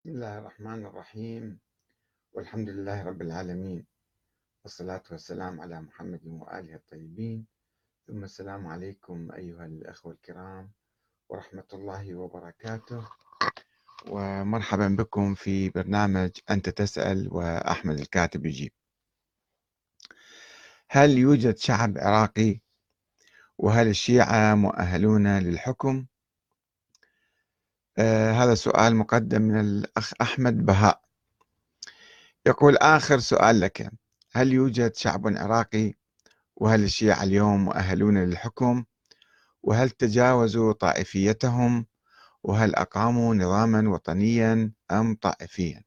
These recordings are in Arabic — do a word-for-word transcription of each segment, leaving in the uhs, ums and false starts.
بسم الله الرحمن الرحيم، والحمد لله رب العالمين، والصلاة والسلام على محمد وآله الطيبين، ثم السلام عليكم أيها الأخوة الكرام ورحمة الله وبركاته، ومرحبا بكم في برنامج أنت تسأل وأحمد الكاتب يجيب. هل يوجد شعب عراقي؟ وهل الشيعة مؤهلون للحكم؟ آه هذا سؤال مقدم من الأخ أحمد بهاء، يقول: آخر سؤال لك، هل يوجد شعب عراقي؟ وهل الشيعة اليوم مؤهلون للحكم؟ وهل تجاوزوا طائفيتهم؟ وهل أقاموا نظاما وطنيا أم طائفيا؟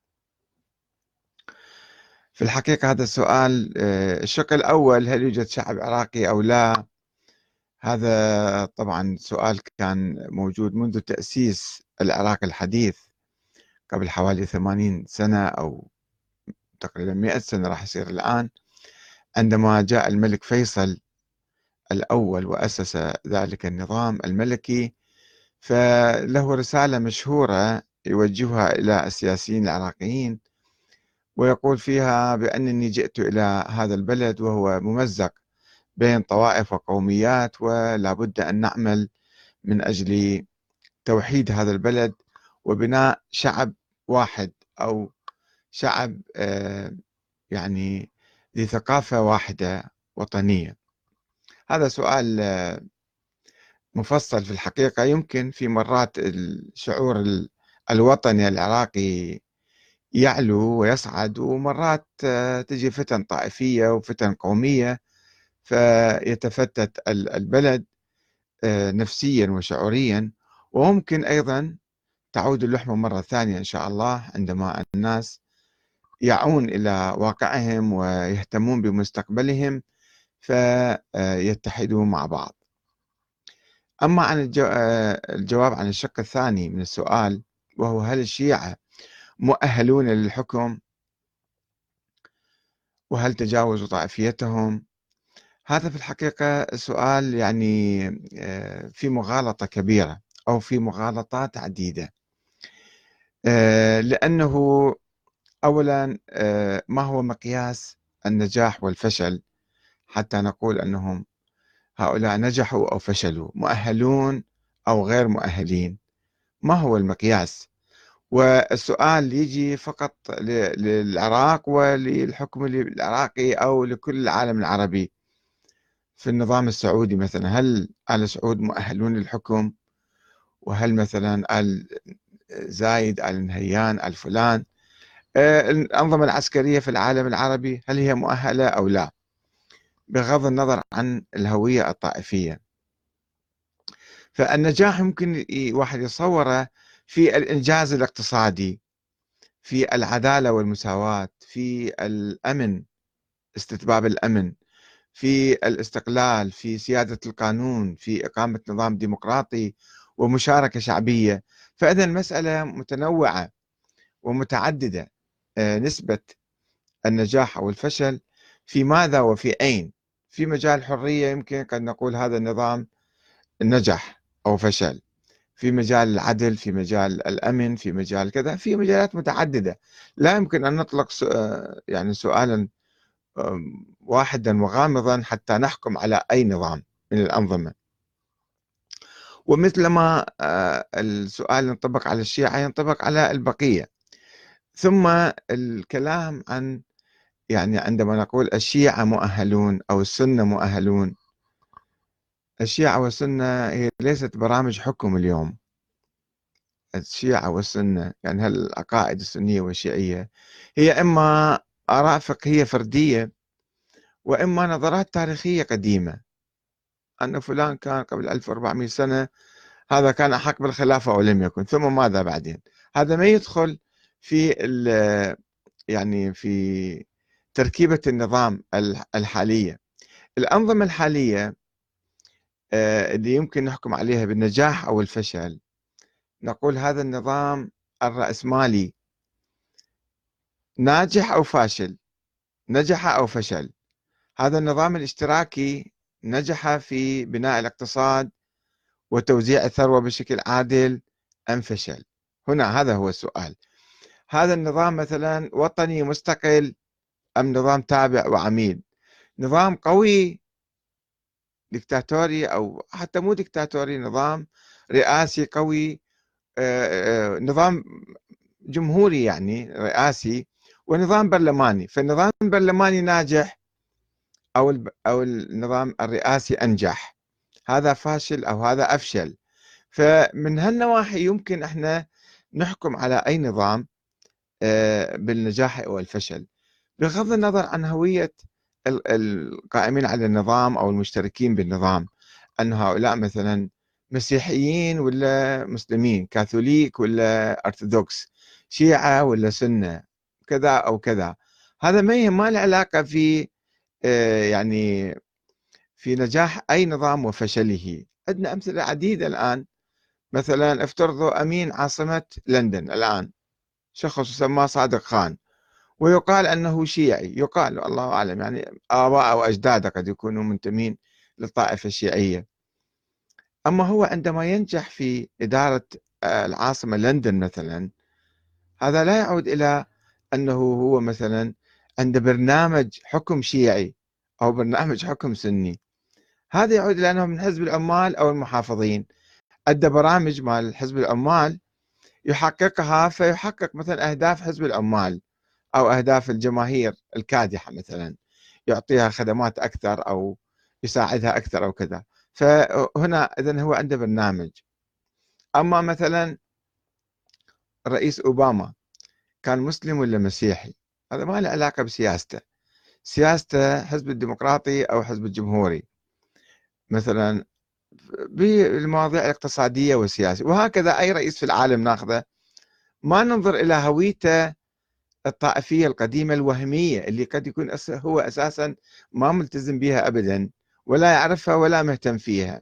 في الحقيقة هذا السؤال، الشق الأول، هل يوجد شعب عراقي أو لا، هذا طبعا سؤال كان موجود منذ تأسيس العراق الحديث قبل حوالي ثمانين سنة أو تقريبا مئة سنة راح يصير الآن، عندما جاء الملك فيصل الأول وأسس ذلك النظام الملكي، فله رسالة مشهورة يوجهها إلى السياسيين العراقيين، ويقول فيها بأنني جئت إلى هذا البلد وهو ممزق بين طوائف وقوميات، ولا بد أن نعمل من أجل توحيد هذا البلد وبناء شعب واحد أو شعب يعني ذي ثقافة واحدة وطنية. هذا سؤال مفصل في الحقيقة، يمكن في مرات الشعور الوطني العراقي يعلو ويصعد، ومرات تجي فتن طائفية وفتن قومية فيتفتت البلد نفسيا وشعوريا، وممكن أيضا تعود اللحمة مرة ثانية إن شاء الله عندما الناس يعون إلى واقعهم ويهتمون بمستقبلهم فيتحدون مع بعض. أما عن الجواب عن الشق الثاني من السؤال، وهو هل الشيعة مؤهلون للحكم وهل تجاوزوا طائفيتهم، هذا في الحقيقة سؤال يعني في مغالطة كبيرة أو في مغالطات عديدة، لأنه أولا ما هو مقياس النجاح والفشل حتى نقول أنهم هؤلاء نجحوا أو فشلوا، مؤهلون أو غير مؤهلين؟ ما هو المقياس؟ والسؤال يجي فقط للعراق وللحكم العراقي أو لكل العالم العربي. في النظام السعودي مثلا، هل آل سعود مؤهلون للحكم؟ وهل مثلا آل زايد، آل نهيان، آل فلان، الأنظمة العسكرية في العالم العربي، هل هي مؤهلة أو لا، بغض النظر عن الهوية الطائفية؟ فالنجاح يمكن واحد يصوره في الإنجاز الاقتصادي، في العدالة والمساواة، في الأمن، استتباب الأمن، في الاستقلال، في سيادة القانون، في إقامة نظام ديمقراطي ومشاركة شعبية. فإذا المسألة متنوعة ومتعددة. نسبة النجاح أو الفشل في ماذا وفي أين؟ في مجال الحرية يمكن قد نقول هذا النظام نجح أو فشل، في مجال العدل، في مجال الأمن، في مجال كذا، في مجالات متعددة. لا يمكن أن نطلق يعني سؤالا واحدا وغامضا حتى نحكم على أي نظام من الأنظمة. ومثلما السؤال ينطبق على الشيعة ينطبق على البقية. ثم الكلام عن، يعني عندما نقول الشيعة مؤهلون أو السنة مؤهلون، الشيعة والسنة هي ليست برامج حكم اليوم. الشيعة والسنة يعني هل العقائد السنية والشيعية هي إما آراء فقهية فردية، وإما نظرات تاريخية قديمة، أن فلان كان قبل ألف وأربعمئة سنة هذا كان أحق بالخلافة أو لم يكن، ثم ماذا بعدين. هذا ما يدخل في يعني في تركيبة النظام الحالية. الأنظمة الحالية اللي يمكن نحكم عليها بالنجاح أو الفشل، نقول هذا النظام الرأسمالي ناجح أو فاشل، نجح أو فشل. هذا النظام الاشتراكي نجح في بناء الاقتصاد وتوزيع الثروة بشكل عادل أم فشل؟ هنا هذا هو السؤال. هذا النظام مثلا وطني مستقل أم نظام تابع وعميل؟ نظام قوي ديكتاتوري، أو حتى مو ديكتاتوري، نظام رئاسي قوي، آه، آه، نظام جمهوري يعني رئاسي، ونظام برلماني. فالنظام البرلماني ناجح أو الب- أو النظام الرئاسي أنجح، هذا فاشل أو هذا أفشل. فمن هالنواحي يمكن احنا نحكم على أي نظام آه، بالنجاح أو الفشل، بغض النظر عن هوية ال- القائمين على النظام أو المشتركين بالنظام، أن هؤلاء مثلا مسيحيين ولا مسلمين، كاثوليك ولا أرثوذكس، شيعة ولا سنة، كذا أو كذا. هذا ما يه- ما له علاقة في آه، يعني في نجاح أي نظام وفشله. عندنا أمثلة عديدة الآن. مثلا افترضوا أمين عاصمة لندن الآن شخص يسمى صادق خان، ويقال أنه شيعي، يقال الله أعلم، يعني آباء أو أجداده قد يكونوا منتمين للطائفة الشيعية. أما هو عندما ينجح في إدارة آه، العاصمة لندن مثلا، هذا لا يعود إلى أنه هو مثلا عنده برنامج حكم شيعي أو برنامج حكم سني. هذا يعود إلى أنه من حزب العمال أو المحافظين، أدى برامج مال حزب العمال يحققها، فيحقق مثلا أهداف حزب العمال أو أهداف الجماهير الكادحة، مثلا يعطيها خدمات أكثر أو يساعدها أكثر أو كذا. فهنا إذن هو عنده برنامج. أما مثلا الرئيس أوباما كان مسلم ولا مسيحي، هذا ما له علاقة بسياسته. سياسته حزب الديمقراطي أو حزب الجمهوري مثلا، بالمواضيع الاقتصادية والسياسية. وهكذا أي رئيس في العالم ناخذه، ما ننظر إلى هويته الطائفية القديمة الوهمية اللي قد يكون أس- هو أساسا ما ملتزم بها أبدا، ولا يعرفها ولا مهتم فيها.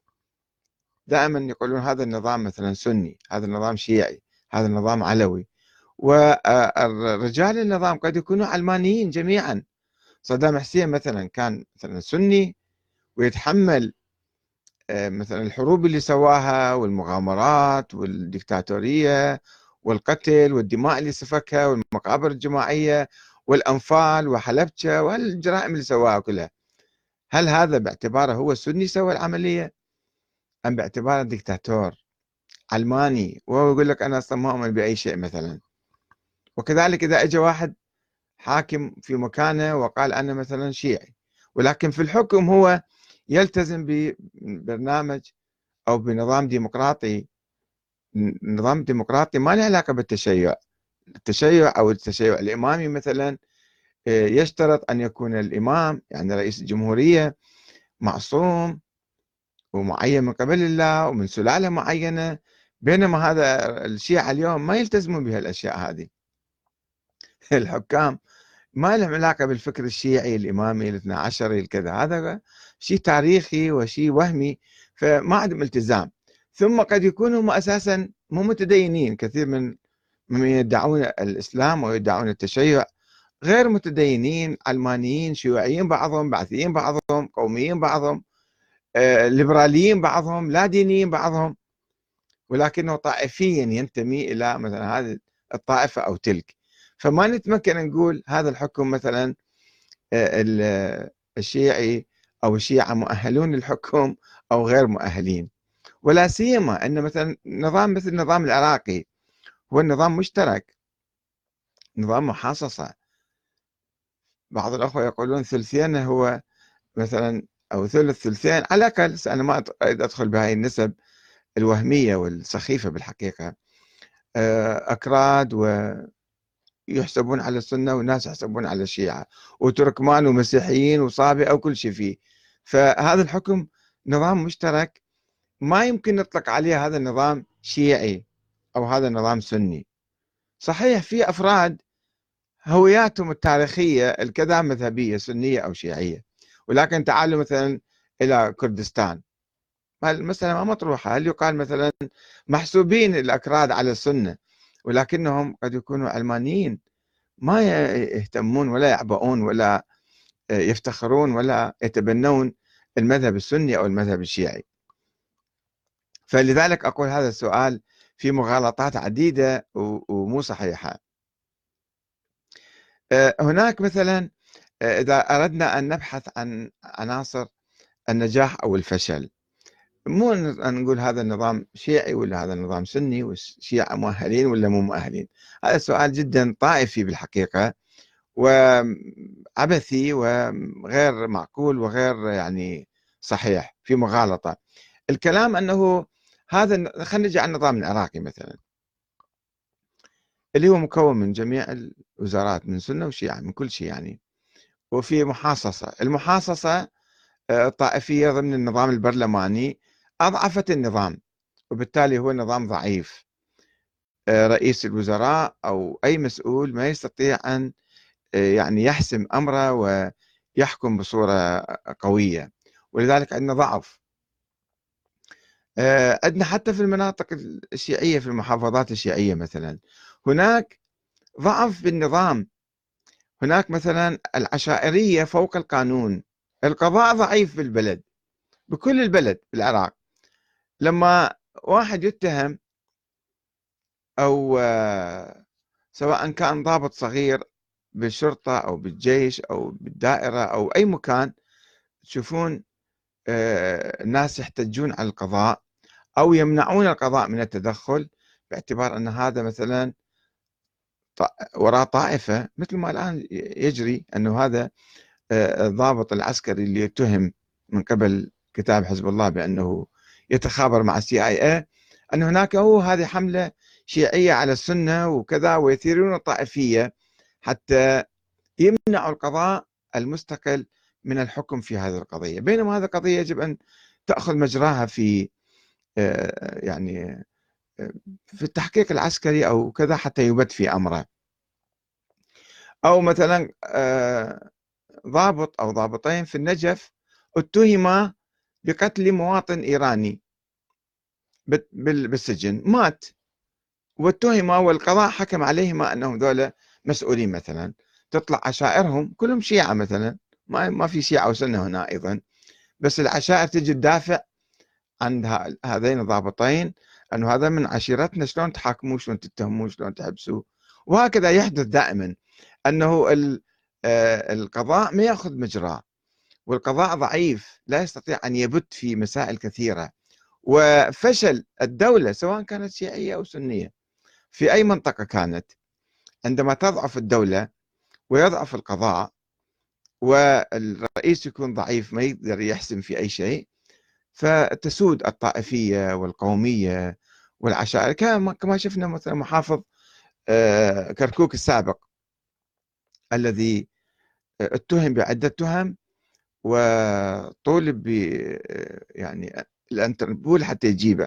دائما يقولون هذا النظام مثلا سني، هذا النظام شيعي، هذا النظام علوي. ورجال النظام قد يكونوا علمانيين جميعا. صدام حسين مثلا كان مثلا سني، ويتحمل آه، مثلا الحروب اللي سواها والمغامرات والديكتاتورية والقتل والدماء اللي سفكها والمقابر الجماعية والأنفال وحلبجة والجرائم اللي سواها كلها. هل هذا باعتباره هو سني سوى العملية، أم باعتباره ديكتاتور علماني وهو يقول لك أنا أصلا ما أؤمن بأي شيء مثلا؟ وكذلك إذا أجى واحد حاكم في مكانه وقال أنا مثلا شيعي، ولكن في الحكم هو يلتزم ببرنامج أو بنظام ديمقراطي. نظام ديمقراطي ما له علاقة بالتشيع. التشيع أو التشيع الإمامي مثلا آه، يشترط أن يكون الإمام يعني رئيس الجمهورية معصوم ومعين من قبل الله ومن سلالة معينة، بينما هذا الشيعة اليوم ما يلتزمون بهالأشياء هذه. الحكام ما لهم علاقة بالفكر الشيعي الإمامي الاثنى عشري الكذا، هذا شيء تاريخي وشيء وهمي، فما عندهم التزام. ثم قد يكونوا هم أساسا مو متدينين. كثير من ممن يدعون الإسلام ويدعون التشيع غير متدينين، علمانيين، شيوعيين بعضهم، بعثيين بعضهم، قوميين بعضهم، آه، ليبراليين بعضهم، لا دينيين بعضهم، ولكنه طائفيا ينتمي إلى مثلا هذه الطائفة أو تلك. فما نتمكن نقول هذا الحكم مثلا آه، ال- الشيعي أو الشيعة مؤهلون للحكم أو غير مؤهلين. ولا سيما أن مثلا نظام مثل النظام العراقي هو النظام مشترك، نظام محاصصة. بعض الأخوة يقولون ثلثين هو مثلا، أو ثلث ثلثين على الأقل. أنا ما أريد أدخل بهاي النسب الوهمية والسخيفة بالحقيقة. آه، أكراد ويحسبون على السنة، والناس يحسبون على الشيعة، وتركمان ومسيحيين وصابئة وكل شيء فيه. فهذا الحكم نظام مشترك، ما يمكن نطلق عليه هذا النظام شيعي أو هذا النظام سني. صحيح في أفراد هوياتهم التاريخية الكذا مذهبية سنية أو شيعية، ولكن تعالوا مثلا إلى كردستان، المسألة ما مطروحة. هل يقال مثلا محسوبين الأكراد على السنة، ولكنهم قد يكونوا علمانيين، ما يهتمون ولا يعبؤون ولا يفتخرون ولا يتبنون المذهب السني أو المذهب الشيعي. فلذلك أقول هذا السؤال في مغالطات عديدة ومو صحيحة. هناك مثلا إذا أردنا أن نبحث عن عناصر النجاح أو الفشل، مو أن نقول هذا النظام شيعي ولا هذا النظام سني والشيعة مؤهلين ولا مو مؤهلين. هذا سؤال جدا طائفي بالحقيقة، وعبثي وغير معقول وغير يعني صحيح، في مغالطة. الكلام أنه هذا، خلينا نجي على النظام العراقي مثلا، اللي هو مكون من جميع الوزارات، من سنة وشيعة، من كل شيء يعني، وفي محاصصة. المحاصصة آه، الطائفية ضمن النظام البرلماني أضعفت النظام، وبالتالي هو نظام ضعيف. آه، رئيس الوزراء أو أي مسؤول ما يستطيع أن آه، يعني يحسم أمره ويحكم بصورة قوية، ولذلك عندنا ضعف. آه، عندنا حتى في المناطق الشيعية، في المحافظات الشيعية مثلا، هناك ضعف بالنظام. هناك مثلا العشائرية فوق القانون، القضاء ضعيف بالبلد، بكل البلد بالعراق. لما واحد يتهم أو آه، سواء كان ضابط صغير بالشرطة أو بالجيش أو بالدائرة أو أي مكان، تشوفون آه، الناس يحتجون على القضاء أو يمنعون القضاء من التدخل، باعتبار أن هذا مثلا وراء طائفة، مثل ما الآن يجري أنه هذا آه، الضابط العسكري اللي يتهم من قبل كتاب حزب الله بأنه يتخابر مع السي آي اي، أن هناك هو هذه حملة شيعية على السنة وكذا، ويثيرون الطائفية حتى يمنعوا القضاء المستقل من الحكم في هذه القضية، بينما هذه القضية يجب أن تأخذ مجراها في آه، يعني آه، في التحقيق العسكري أو كذا، حتى يبت في أمره. أو مثلا آه، ضابط أو ضابطين في النجف اتهما بقتل مواطن إيراني بالسجن، مات، واتهما والقضاء حكم عليهما أنهم ذولا مسؤولين مثلا. تطلع عشائرهم كلهم شيعة مثلا، ما ما في شيعة وسنة هنا أيضا، بس العشائر تجي تدافع عن هذين الضابطين، أنه هذا من عشيرتنا، شلون تحاكموه، شلون تتهموه، شلون تحبسوه. وهكذا يحدث دائما، أنه آه، القضاء ما يأخذ مجراه، والقضاء ضعيف، لا يستطيع أن يبت في مسائل كثيرة. وفشل الدولة سواء كانت شيعية أو سنية في أي منطقة كانت، عندما تضعف الدولة ويضعف القضاء والرئيس يكون ضعيف، ما يقدر يحسم في أي شيء، فتسود الطائفية والقومية والعشائر، كما كما شفنا مثلا محافظ آه، كركوك السابق، الذي اتهم بعدة تهم وطولب ب يعني الانتربول حتى يجيبه.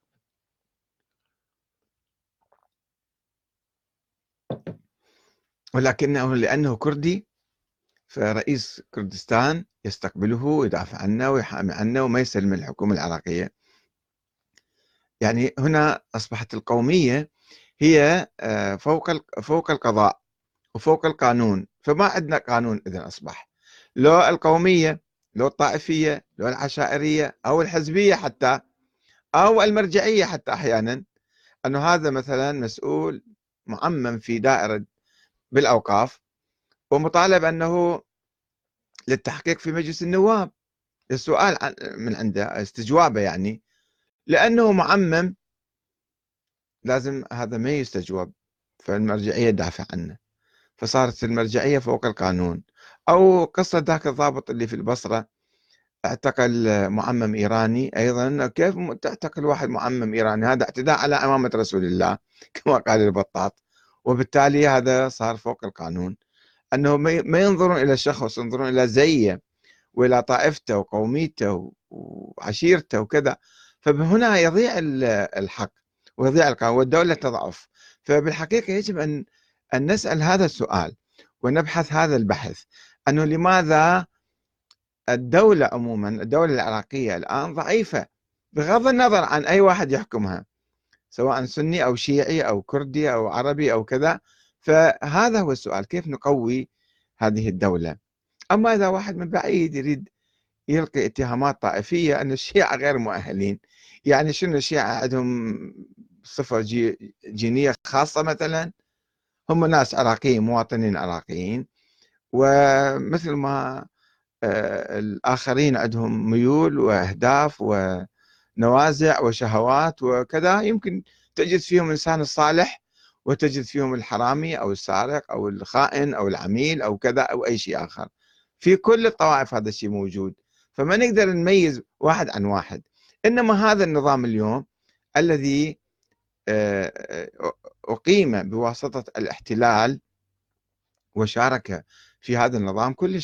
ولكنه لأنه كردي، فرئيس كردستان يستقبله ويدافع عنه ويحامي عنه وما يسلم الحكومة العراقية. يعني هنا أصبحت القومية هي آه، فوق فوق القضاء وفوق القانون، فما عندنا قانون إذن أصبح. لو القومية، لو الطائفية، لو العشائرية أو الحزبية حتى، أو المرجعية حتى أحيانا، أنه هذا مثلا مسؤول معمم في دائرة بالأوقاف، ومطالب أنه للتحقيق في مجلس النواب، السؤال عن من عنده استجوابه يعني، لأنه معمم لازم هذا ما يستجوب، فالمرجعية تدافع عنه، فصارت المرجعية فوق القانون. أو قصة ذاك الضابط اللي في البصرة اعتقل معمم إيراني، أيضا كيف تعتقل واحد معمم إيراني؟ هذا اعتداء على أمامة رسول الله كما قال البطاط، وبالتالي هذا صار فوق القانون. أنه ما ينظرون إلى الشخص، ينظرون إلى زيه وإلى طائفته وقوميته وعشيرته وكذا، فهنا يضيع الحق ويضيع القانون والدولة تضعف. فبالحقيقة يجب أن أن نسأل هذا السؤال ونبحث هذا البحث، أنه لماذا الدولة عموما، الدولة العراقية الآن ضعيفة بغض النظر عن أي واحد يحكمها، سواء سني أو شيعي أو كردي أو عربي أو كذا. فهذا هو السؤال، كيف نقوي هذه الدولة؟ أما إذا واحد من بعيد يريد يلقي اتهامات طائفية أن الشيعة غير مؤهلين، يعني شنو الشيعة عندهم صفة جي جينية خاصة مثلا، هم ناس عراقيين مواطنين عراقيين، ومثل ما آه، الآخرين عندهم ميول وأهداف ونوازع وشهوات وكذا، يمكن تجد فيهم الإنسان الصالح وتجد فيهم الحرامي أو السارق أو الخائن أو العميل أو كذا أو أي شيء آخر. في كل الطوائف هذا الشيء موجود، فما نقدر نميز واحد عن واحد. إنما هذا النظام اليوم الذي آه، آه، أقيم بواسطة الاحتلال وشارك في هذا النظام كل